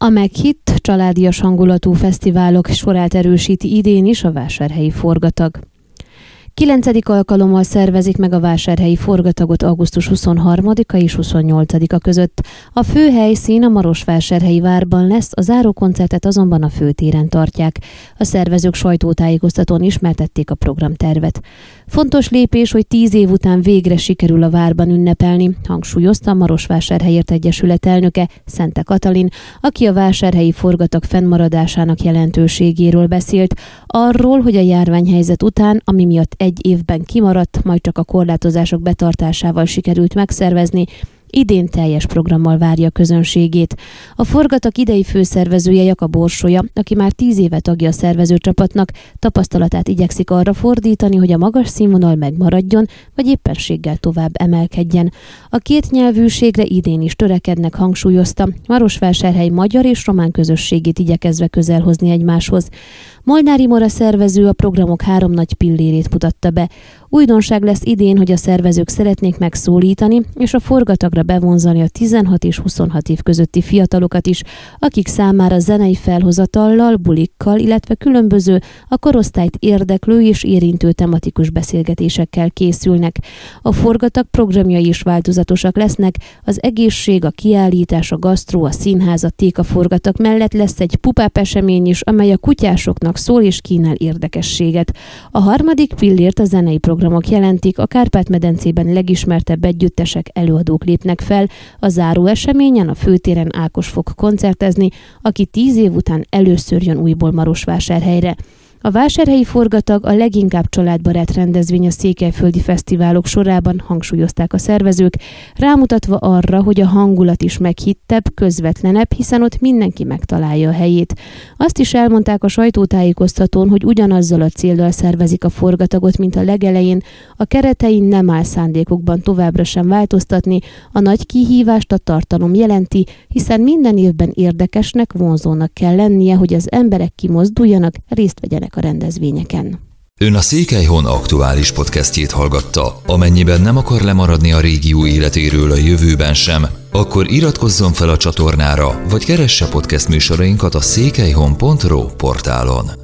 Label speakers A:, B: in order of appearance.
A: A meghitt, családias hangulatú fesztiválok sorát erősíti idén is a Vásárhelyi Forgatag. 9. alkalommal szervezik meg a Vásárhelyi Forgatagot augusztus 23-a és 28-a között. A fő helyszín a Marosvásárhelyi várban lesz, a zárókoncertet azonban a főtéren tartják. A szervezők sajtótájékoztatón ismertették a programtervet. Fontos lépés, hogy 10 év után végre sikerül a várban ünnepelni, hangsúlyozta a Marosvásárhelyért Egyesület elnöke, Szente Katalin, aki a Vásárhelyi Forgatag fennmaradásának jelentőségéről beszélt, arról, hogy a járványhelyzet után, ami miatt egy évben kimaradt, majd csak a korlátozások betartásával sikerült megszervezni, idén teljes programmal várja a közönségét. A Forgatag idei főszervezője Jakab Orsolya, aki már 10 éve tagja a szervezőcsapatnak, tapasztalatát igyekszik arra fordítani, hogy a magas színvonal megmaradjon, vagy éppenséggel tovább emelkedjen. A kétnyelvűségre idén is törekednek, hangsúlyozta, Marosvásárhely magyar és román közösségét igyekezve közel hozni egymáshoz. Molnári Mora szervező a programok 3 nagy pillérét mutatta be. Újdonság lesz idén, hogy a szervezők szeretnék megszólítani és a Forgatagra bevonzani a 16 és 26 év közötti fiatalokat is, akik számára zenei felhozatallal, bulikkal, illetve különböző, a korosztályt érdeklő és érintő tematikus beszélgetésekkel készülnek. A Forgatag programjai is változatosak lesznek, az egészség, a kiállítás, a gasztró, a színház, a téka Forgatag mellett lesz egy pupáp esemény is, amely a kutyásoknak szól és kínál érdekességet. A harmadik pillért a zenei programok jelentik, a Kárpát-medencében legismertebb együttesek, előadók lépnek fel. A záró eseményen a főtéren Ákos fog koncertezni, aki 10 év után először jön újból Marosvásárhelyre. A Vásárhelyi Forgatag a leginkább családbarát rendezvény a székelyföldi fesztiválok sorában, hangsúlyozták a szervezők, rámutatva arra, hogy a hangulat is meghittebb, közvetlenebb, hiszen ott mindenki megtalálja a helyét. Azt is elmondták a sajtótájékoztatón, hogy ugyanazzal a céllal szervezik a Forgatagot, mint a legelején, a keretein nem áll szándékukban továbbra sem változtatni, a nagy kihívást a tartalom jelenti, hiszen minden évben érdekesnek, vonzónak kell lennie, hogy az emberek kimozduljanak, részt vegyenek a rendezvényeken.
B: Ön a Székelyhon aktuális podcastjét hallgatta. Amennyiben nem akar lemaradni a régió életéről a jövőben sem, akkor iratkozzon fel a csatornára, vagy keresse podcast műsorainkat a székelyhon.ro portálon.